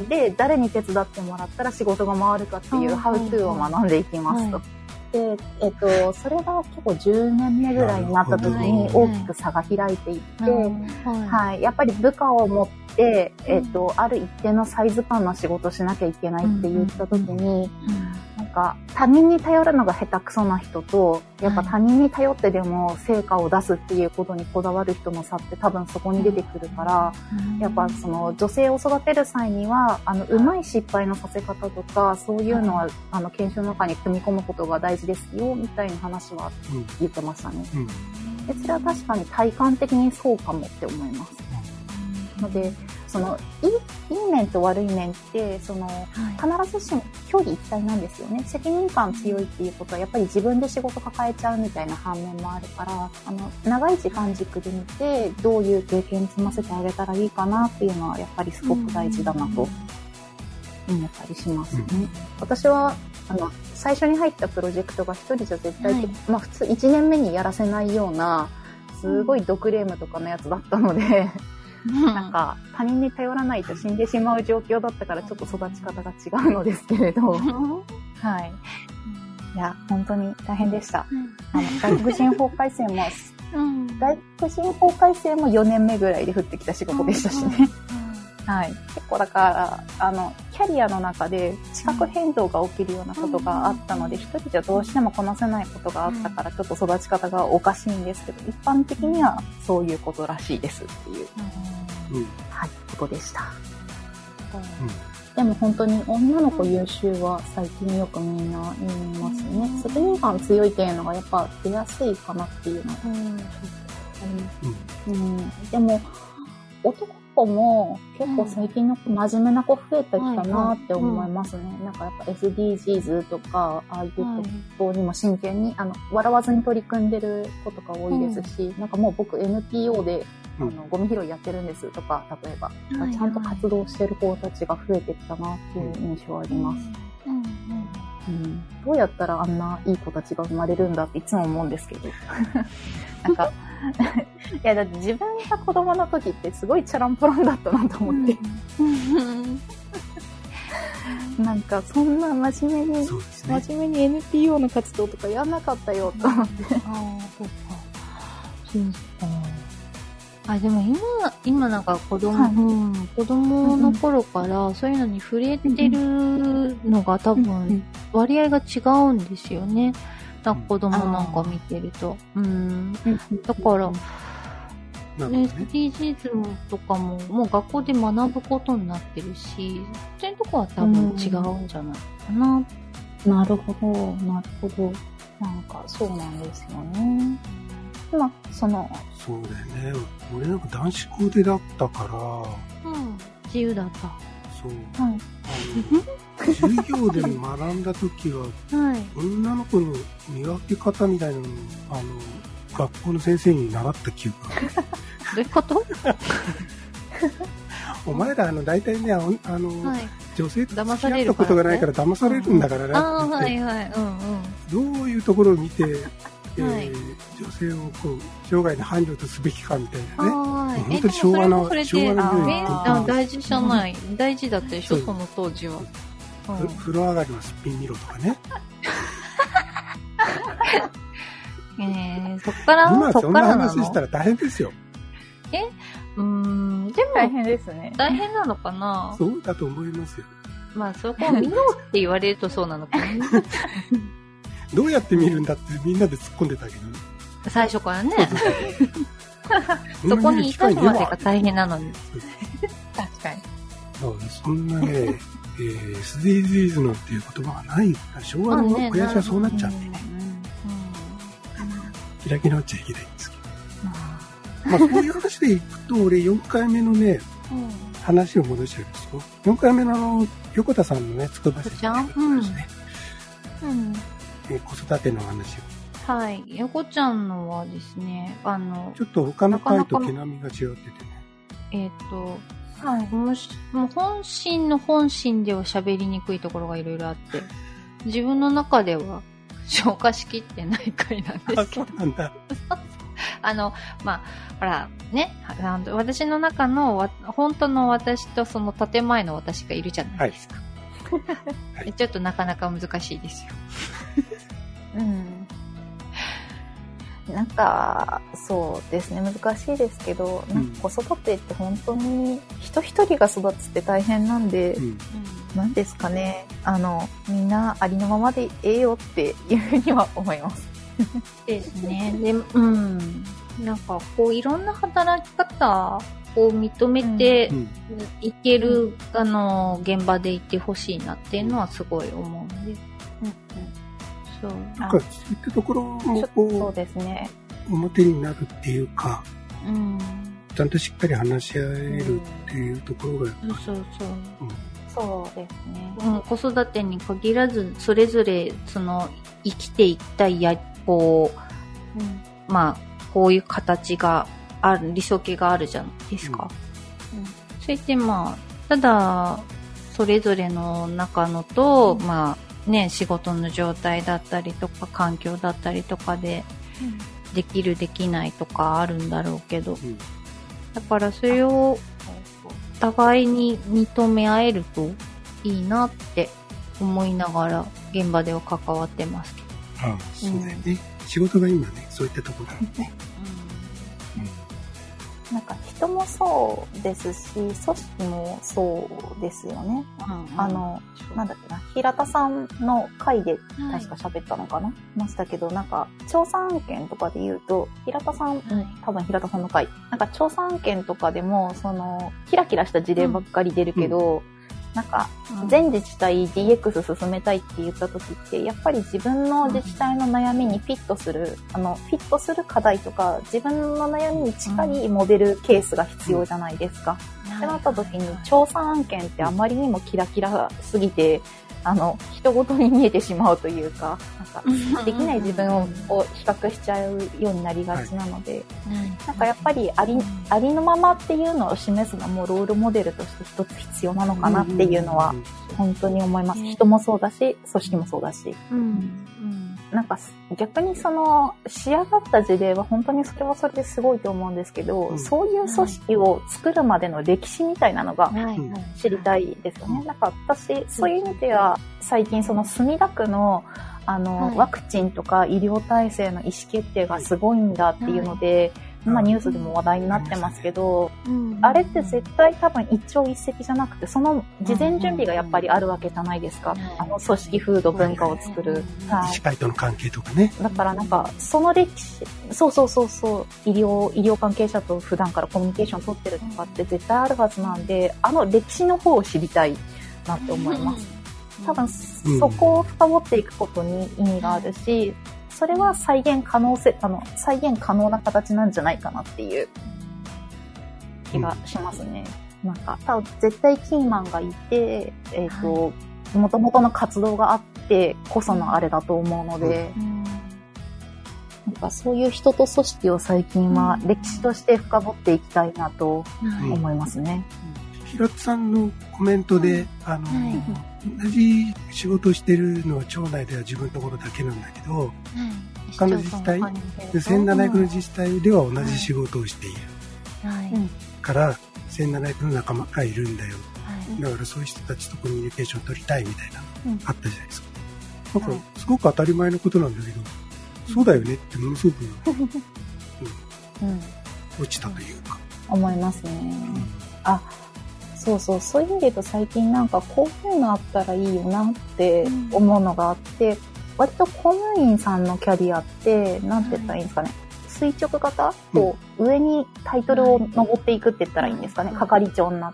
で、誰に手伝ってもらったら仕事が回るかっていうハウトゥーを学んでいきますと。はいで、えっと、それが結構じゅうねんめぐらいになった時に大きく差が開いていって、はいはい、やっぱり部下を持って、えっと、ある一定のサイズ感の仕事をしなきゃいけないって言った時に、なんか他人に頼るのが下手くそな人と、やっぱ他人に頼ってでも成果を出すっていうことにこだわる人の差って多分そこに出てくるから、やっぱその女性を育てる際には、あの、うまい失敗のさせ方とか、そういうのは、あの、研修の中に組み込むことが大事ですよ、みたいな話は言ってましたね。うんうん、でそれは確かに体感的にそうかもって思います。ので、その、いい、いい面と悪い面って、その、はい、必ずしも表裏一体なんですよね。責任感強いっていうことは、やっぱり自分で仕事抱えちゃうみたいな反面もあるから、あの、長い時間軸で見て、どういう経験積ませてあげたらいいかなっていうのは、やっぱりすごく大事だなと思ったりしますね。うん、私は、あの、最初に入ったプロジェクトが一人じゃ絶対、はい、まあ普通いちねんめにやらせないような、すごいドクレームとかのやつだったので、うん、なんか他人に頼らないと死んでしまう状況だったからちょっと育ち方が違うのですけれど、はい。いや、本当に大変でした。うん、あの外国人法改正も、うん、外国人法改正もよねんめぐらいで降ってきた仕事でしたしね。はい。結構だから、あの、キャリアの中で地殻変動が起きるようなことがあったので、一人じゃどうしてもこなせないことがあったから、ちょっと育ち方がおかしいんですけど、一般的にはそういうことらしいですっていう、うん、はい、ことでした。うん、でも本当に女の子優秀は最近よくみんな言いますね。責任感強いっていうのがやっぱ出やすいかなっていうのが、うんうん、でも、男も結構最近の子、真面目な子増えてきたなって思いますね。はいはいうん、なんかやっぱ エスディージーズ とか、ああいうことにも真剣に、あの、笑わずに取り組んでる子とか多いですし、うん、なんかもう僕 エヌピーオー で、あの、ゴミ拾いやってるんですとか、例えば、はいはい、ちゃんと活動してる子たちが増えてきたなっていう印象あります。うんうんうん、どうやったらあんないい子たちが生まれるんだっていつも思うんですけど。なんか、いやだって自分が子供の時ってすごいチャランポランだったなと思って。なんかそんな真面目に、ね、真面目に エヌピーオー の活動とかやんなかったよと思って。ああ、そうか。そうか。 あ、でも今、今なんか子供、はいうん、子供の頃からそういうのに触れてるのが多分割合が違うんですよね。だから子供なんか見てると。うん。だから、エスディージーズ とかももう学校で学ぶことになってるし、そういうとこは多分違うんじゃないかな。 なるほど、なるほど。なんかそうなんですよね。まあ、その、 そうだよね。俺なんか男子校でだったから、 うん、自由だった。 そう。はい。あの授業で学んだ時は、はい、女の子の見分け方みたいなのをあの学校の先生に習った記憶が。 どういうこと？ お前らあの大体ねあの、はい、女性と付き合ったことがないから騙されるんだからなって言って、はいはいうんうん、どういうところを見て。えーはい、女性をこう生涯の伴侶とすべきかみたいなね。本当に昭和の昭和の匂いあ大事じゃない、うん、大事だったでしょその当時は。 うん、風呂上がりのすっぴん見ろとかね。 えー、そっから今そんな話したら大変ですよ。 えうーんでも大変ですね。 大変なのかな。 そうだと思いますよ。 まあそこを見ようって言われるとそうなのかな。 どうやって見るんだってみんなで突っ込んでたけどね。 最初からね。そこに至るまでが大変なのに。 確かに。 そんなね、 えー、エスディージーズ のっていう言葉がない。昭和の親父はそうなっちゃうんでね。開き直っちゃいけないんですけど。まあ、そういう話でいくと、俺よんかいめのね、話を戻しちゃうんですよ。よんかいめのあの、横田さんのね、つくばせちゃんですね。うんえー、子育ての話を。はい。横ちゃんのはですね、あの、 ちょっと他の回と毛並みが違っててね。 えっと、はい。もし、もう本心の本心では喋りにくいところがいろいろあって、自分の中では消化しきってない回なんですけど。 あ、そうなんだ。 あの、まあ、ほら、ね、私の中の本当の私とその建前の私がいるじゃないですか。はい、ちょっとなかなか難しいですよ。 うん。なんか、そうですね、難しいですけど、なんか子育てって本当に人一人が育つって大変なんで、うん、なんですかね、あの、みんなありのままでええよっていうふうには思います。 ですね。で、うん。なんか、こう、いろんな働き方を認めていける、うん、あの、現場でいてほしいなっていうのはすごい思うんで。うんうん、 そう。なんか、そういったところもこう、 そうですね。 表になるっていうか、うん、ちゃんとしっかり話し合えるっていうところがやっぱり、うん、 そうそう。 うんそうですね、 うん、子育てに限らずそれぞれその生きていったいやこう、うん、まあこういう形がある理想形があるじゃないですか、うんうん、それでまあただそれぞれの中のと、うん、まあね仕事の状態だったりとか環境だったりとかで、うん、できるできないとかあるんだろうけど、うん、だからそれを互いに認め合えるといいなって思いながら現場では関わってますけど。 ああ、そうだよね、うん。仕事が今ね、そういったところだよね、 うんうん。なんか人もそうですし、組織もそうですよね。うんうん、あの、なんだっけな、平田さんの会で確か喋ったのかな、はい、ましたけど、なんか調査案件とかで言うと、平田さん、はい、多分平田さんの会、なんか調査案件とかでも、その、キラキラした事例ばっかり出るけど、うんうんなんか、全自治体 ディーエックス 進めたいって言った時って、やっぱり自分の自治体の悩みにフィットする、あの、フィットする課題とか、自分の悩みに近いモデルケースが必要じゃないですか。ってなった時に、調査案件ってあまりにもキラキラすぎて、あの、人ごとに見えてしまうというか、なんか、できない自分を比較しちゃうようになりがちなので、はい、なんかやっぱりあり、ありのままっていうのを示すのもロールモデルとして一つ必要なのかなっていうのは、本当に思います。人もそうだし、組織もそうだし。うんうんなんか逆にその仕上がった事例は本当にそれはそれですごいと思うんですけど、うん、そういう組織を作るまでの歴史みたいなのが知りたいですよね。なんか私そういう意味では最近その墨田区のあの、はい、ワクチンとか医療体制の意思決定がすごいんだっていうので、はいまあニュースでも話題になってますけど、うん、あれって絶対多分一朝一夕じゃなくて、その事前準備がやっぱりあるわけじゃないですか。うん、あの組織風土文化を作る。 医師会との関係とかね。 だからなんか、その歴史、そうそうそうそう、医療、医療関係者と普段からコミュニケーションを取ってるとかって絶対あるはずなんで、あの歴史の方を知りたいなって思います。多分、そこを深掘っていくことに意味があるし、それは再現可能性、あの、再現可能な形なんじゃないかなっていう気がしますね。うん、なんか、多分絶対キーマンがいて、えっと、元々の活動があってこそのあれだと思うので、うん、なんかそういう人と組織を最近は歴史として深掘っていきたいなと思いますね。 うんうん、平田さんのコメントで、あの、はい同じ仕事をしてるのは町内では自分のところだけなんだけど、うん、他の自治体せんななひゃくの自治体では同じ仕事をしている、はい、からせんななひゃくの仲間がいるんだよ、はい、だからそういう人たちとコミュニケーションを取りたいみたいなのがあったじゃないですか、うん、なんかすごく当たり前のことなんだけど、はい、そうだよねってものすごく、うんうん、落ちたというか思いますね、うん、あそうそう、そういう意味で言うと最近なんかこういうのあったらいいよなって思うのがあって、うん、割と公務員さんのキャリアって、なんて言ったらいいんですかね、 垂直型、こう、上にタイトルを登っていくって言ったらいいんですかね。係長になって、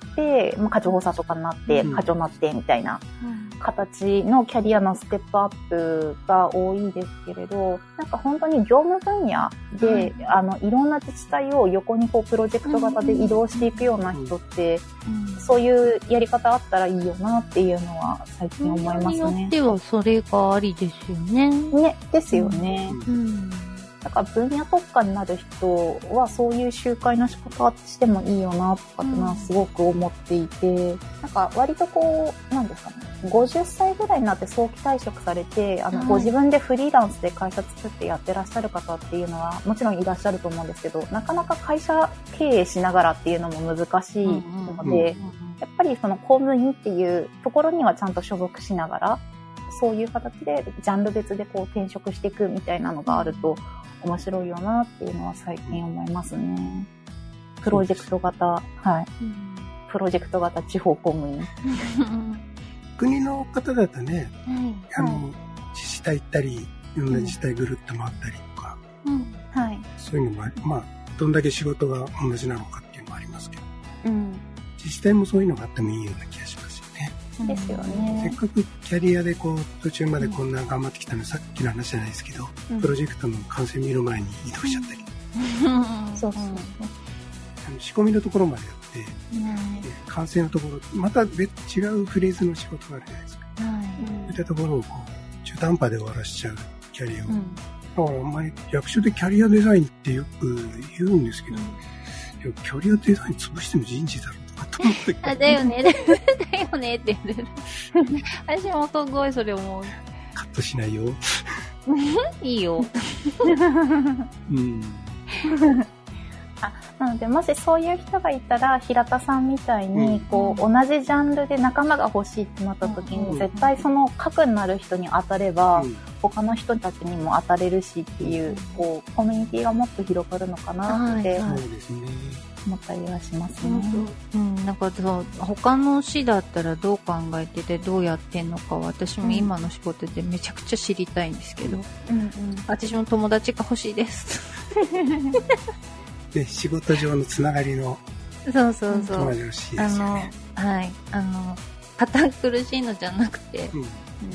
まあ、課長補佐とかになって、課長になって、みたいな形のキャリアのステップアップが多いですけれど、なんか本当に業務分野で、あの、いろんな自治体を横にこう、プロジェクト型で移動していくような人って、そういうやり方あったらいいよなっていうのは最近思いますね。 によってはそれがありですよね。 ね、ですよね。 うん。 だから分野特化になる人はそういう集会の仕方してもいいよなとかってのはすごく思っていて、うん、なんか割とこう、なんですかね、ごじゅっさいぐらいになって早期退職されて、あの、はい、ご自分でフリーランスで会社作ってやってらっしゃる方っていうのはもちろんいらっしゃると思うんですけど、なかなか会社経営しながらっていうのも難しいので、やっぱりその公務員っていうところにはちゃんと所属しながら、そういう形でジャンル別でこう転職していくみたいなのがあると面白いよなっていうのは最近思いますね。プロジェクト型、はい。うん、プロジェクト型地方公務員。 国の方だとね、 はい、 あの、自治体行ったり、いろんな自治体ぐるっと回ったりとか、 うん、はい。 そういうのもあり、まあ、どんだけ仕事が同じなのかっていうのもありますけど、 うん、 自治体もそういうのがあってもいいような気がしますよね。 ですよね。 せっかくキャリアでこう途中までこんな頑張ってきたの、うん、さっきの話じゃないですけど、うん、プロジェクトの完成見る前に移動しちゃったり、 うん、そうそう、 あの仕込みのところまでやって、うん、完成のところまた別違うフレーズの仕事があるじゃないですか、 うん、 そういったところをこう中途半端で終わらしちゃうキャリアを、うん、だからあんまり役所でキャリアデザインってよく言うんですけど、うん、いやキャリアデザイン潰しても人事だろあ、だよね。だよねって言ってる。私もすごいそれ思う。 カットしないよ。 いいよ。 うん。 あ、なので、もしそういう人がいたら、平田さんみたいに、こう、うん、同じジャンルで仲間が欲しいってなった時に、うん、絶対その核になる人に当たれば、うん、他の人たちにも当たれるしっていう、こう、コミュニティがもっと広がるのかなって。 そうですね。 思ったりはしますね。 うん、なんかそう他の市だったらどう考えててどうやってんのか私も今の仕事でめちゃくちゃ知りたいんですけど、 うんうん、 私も友達が欲しいです。 で仕事上のつながりのそうそうそう友達欲しいですよね。 あのはいあの堅苦しいのじゃなくて、うんうんうん、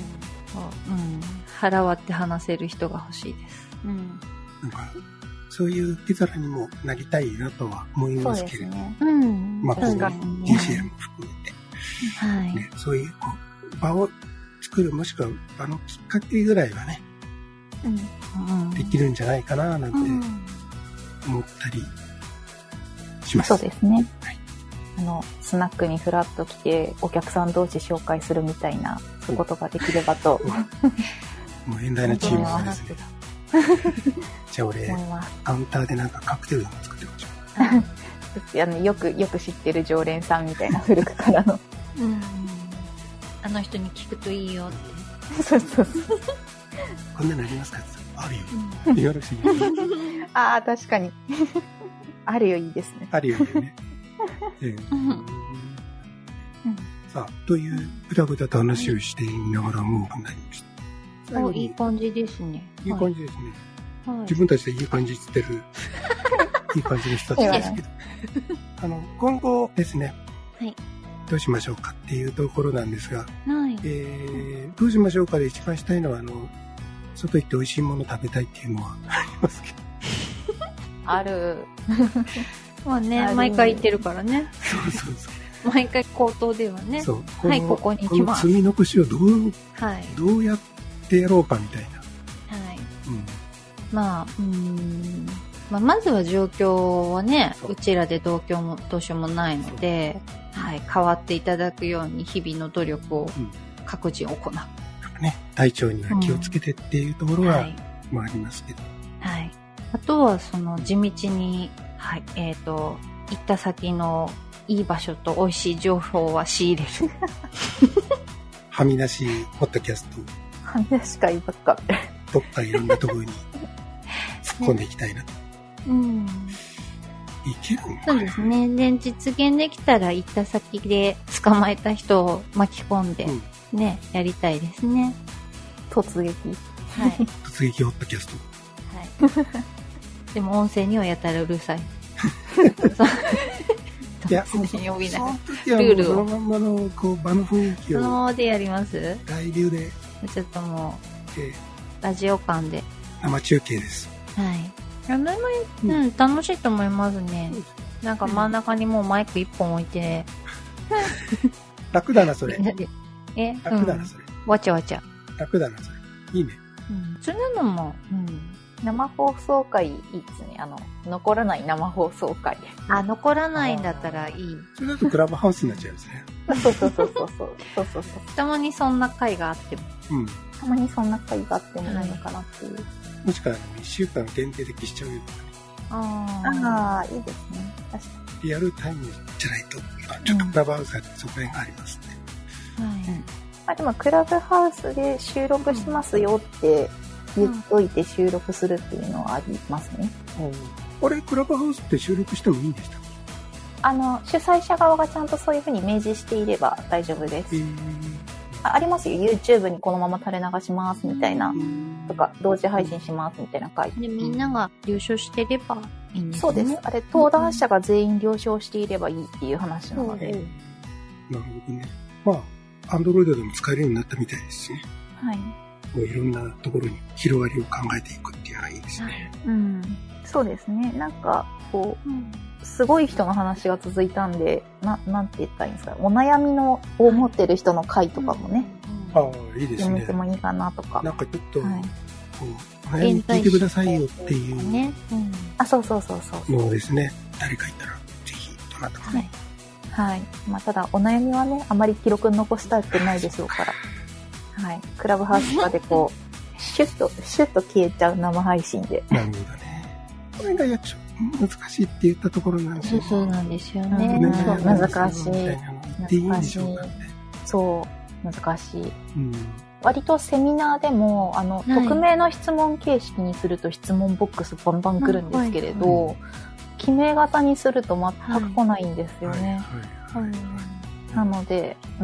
腹割って話せる人が欲しいです。うん、 なんかそういう受け皿にもなりたいなとは思いますけれども、 ね、うん、 まあ、こういう ディーシーエル も含めて、 はいね、そういうこう場を作るもしくは場のきっかけぐらいはね、 うん、 できるんじゃないかななんて思ったりします。 そうですね。 はい、 あのスナックにフラッと来てお客さん同士紹介するみたいなそういうことができればと。 もう遠大なチームがですね。じゃあ俺カウンターでなんかカクテルでも作ってみましょう。 あのよくよく知ってる常連さんみたいな古くからの、 うん、あの人に聞くといいよって。 そうそうそう。 こんなのありますかってあるよ。うん、言わなくていい。 ああ確かにあるよいいですね。 あるよいいね。えーうん、さあというぐだぐだと話をしていながらもうなりました。 おいい感じですね。 いい感じですね。 はい、 自分たちでいい感じって言ってるいい感じの人たちですけど、あの今後ですね、 はい、 どうしましょうかっていうところなんですが、 はいえー、どうしましょうかで一番したいのはあの外行って美味しいもの食べたいっていうのはありますけど。 ある。 まあね毎回言ってるからね。 そうそうそう。 毎回口頭ではね。 そうはい、ここに行きます。 この積み残しをどう、 はい、 どうやってやろうかみたいな。 はい。 うん、 まあ、うーん、まあ、まずは状況はね、うちらでどうもどうしようもないので、はい、変わっていただくように日々の努力を各自行う。うん、 ね、体調には気をつけてっていうところは、うん、はい、まあありますけど。 はい。あとはその地道に、はい、えっと、行った先のいい場所と美味しい情報は仕入れる。 はみ出しポッドキャスト。 はみ出し会ばっかって。 どっかいろんなところに突っ込んでいきたいなと。 うん。 いけるのかな。 そうですね。で、実現できたら行った先で捕まえた人を巻き込んで、うん、ね、やりたいですね。 突撃。 はい。 突撃ポッドキャスト。 はい。 でも音声にはやたらうるさい。 いや、 突然呼びながら。 その時はもうそのまんまのこう場の雰囲気をそのままでやります？ 大流で、 ちょっともう、 えラジオ感で。 ー生中継です。 はい。いや、でも、うん、楽しいと思いますね。なんか真ん中にもうマイク一本置いて。 楽だな、それ。 え、 楽だな、それ。 わちゃわちゃ。 楽だな、それ。いいね。 うん。そういうのも、うん。 生放送回いいですね。あの、残らない生放送回。 あ、残らないんだったらいい。 それだとクラブハウスになっちゃうんですね。 そうそうそうそうそう。そうそうそう。 たまにそんな回があっても。 うん。 たまにそんな回があってもいいのかなっていう。 もしくは、いっしゅうかん限定で消しちゃうよとかね。 あああ、いいですね。確かに。 リアルタイムじゃないと、ちょっとクラブハウスはそこら辺がありますね。 はい。 まあでも、クラブハウスで収録しますよって言っといて収録するっていうのはありますね。 あれ、クラブハウスって収録してもいいんでしたっけ？ あの、主催者側がちゃんとそういうふうに明示していれば大丈夫です。あ, ありますよ。YouTube にこのまま垂れ流しますみたいな。とか、同時配信しますみたいな回。 で、みんなが了承してればいいんですね。 そうです。あれ、登壇者が全員了承していればいいっていう話なので。 なるほどね。まあ、Android でも使えるようになったみたいですしね。 はい。 もういろんなところに広がりを考えていくっていうのがいいですね。 うん。そうですね。なんか、こう、うん、すごい人の話が続いたんで、な、なんて言ったらいいんですか。お悩みのを持ってる人の回とかもね。 ああ、いいですね。 読めてもいいかなとか。 なんかちょっと、はい、こう、お悩み聞いてくださいよっていう。 ね。うん、 あ、そうそうそうそう。 のですね。誰かいたら、ぜひ、どなたかね。 はい。はい。まあ、ただ、お悩みはね、あまり記録残したってないでしょうから。はい。クラブハウスとかでこう、シュッと、シュッと消えちゃう生配信で。 なるほどね。これがやっちゃ難しいって言ったところなんですよね。 そうなんですよね。 うん、そう難しい。 言っていいんでしょうかね。 そう、難しい。 うん、 割とセミナーでも、あの、はい、匿名の質問形式にすると質問ボックスバンバン来るんですけれど、はいはい、記名型にすると全く来ないんですよね。なので、うん、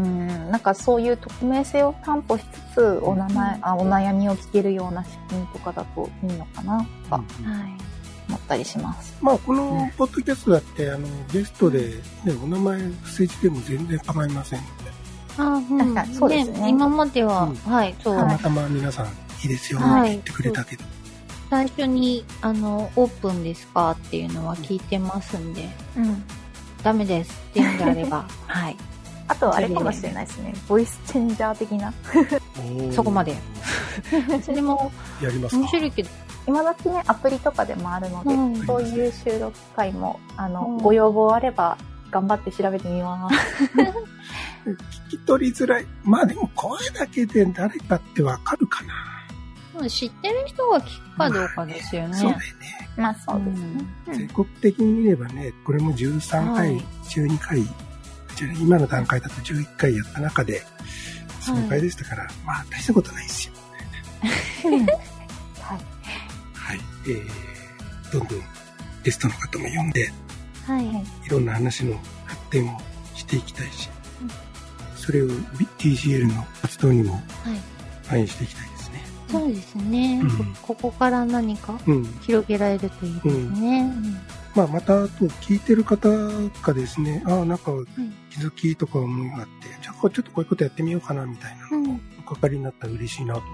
なんかそういう匿名性を担保しつつ、お名前、うん、あ、お悩みを聞けるような仕組みとかだといいのかな、とか、うん、はい。思ったりします。 まあ、このポッドキャストだって、あの、ゲストで、ね、お名前伏せ字でも全然構いませんので。 あ、うん、 確かにそうですね。 ね、今までは、うん、はい、そう。 たまたま皆さんいいですよって言ってくれたけど。はい、 最初に、あの、オープンですかっていうのは聞いてますんで、うん。ダメですっていうんであれば、はい。 あと、あれかもしれないですね。ボイスチェンジャー的な。 そこまで。それも、 やりますか？ 面白いけど、 今時ね、アプリとかでもあるので、うん、そういう収録回も、あの、うん、ご要望あれば、頑張って調べてみます。 聞き取りづらい。まあでも、声だけで誰かってわかるかな。 知ってる人が聞くかどうかですよね。まあ、 そうだよね。 まあそうですね。 うん、全国的に見ればね、これもじゅうさんかい、はい、じゅうにかい、今の段階だとじゅういっかいやった中で、その回でしたから、はい、まあ大したことないですよ。はい。はい。えー、どんどんゲストの方も呼んで、はい。いろんな話の発展をしていきたいし、うん、それを ティージーエル の活動にも反映していきたいですね。 はい、そうですね、うん。ここから何か広げられるといいですね。うんうんまあ、また、あと、聞いてる方がですね、ああ、なんか、気づきとか思いがあって、はい、じゃあ、ちょっとこういうことやってみようかな、みたいな、うん、おかかりになったら嬉しいなと、はい、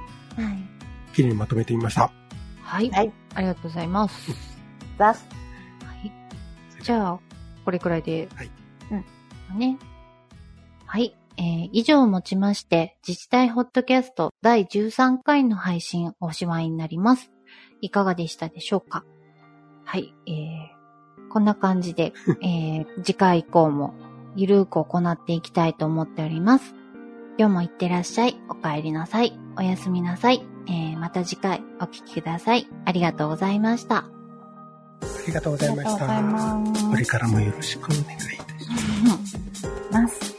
きれいにまとめてみました。 はい。はい。ありがとうございます。 ザス。 はい。じゃあ、これくらいで。はい。うん。ね。はい。えー、以上をもちまして、自治体ホットキャストだいじゅうさんかいの配信おしまいになります。いかがでしたでしょうか？はい。えー、こんな感じで、えー、次回以降もゆるーく行っていきたいと思っております。今日もいってらっしゃい。お帰りなさい。おやすみなさい。えー、また次回お聞きください。ありがとうございました。ありがとうございました。これからもよろしくお願いいたします。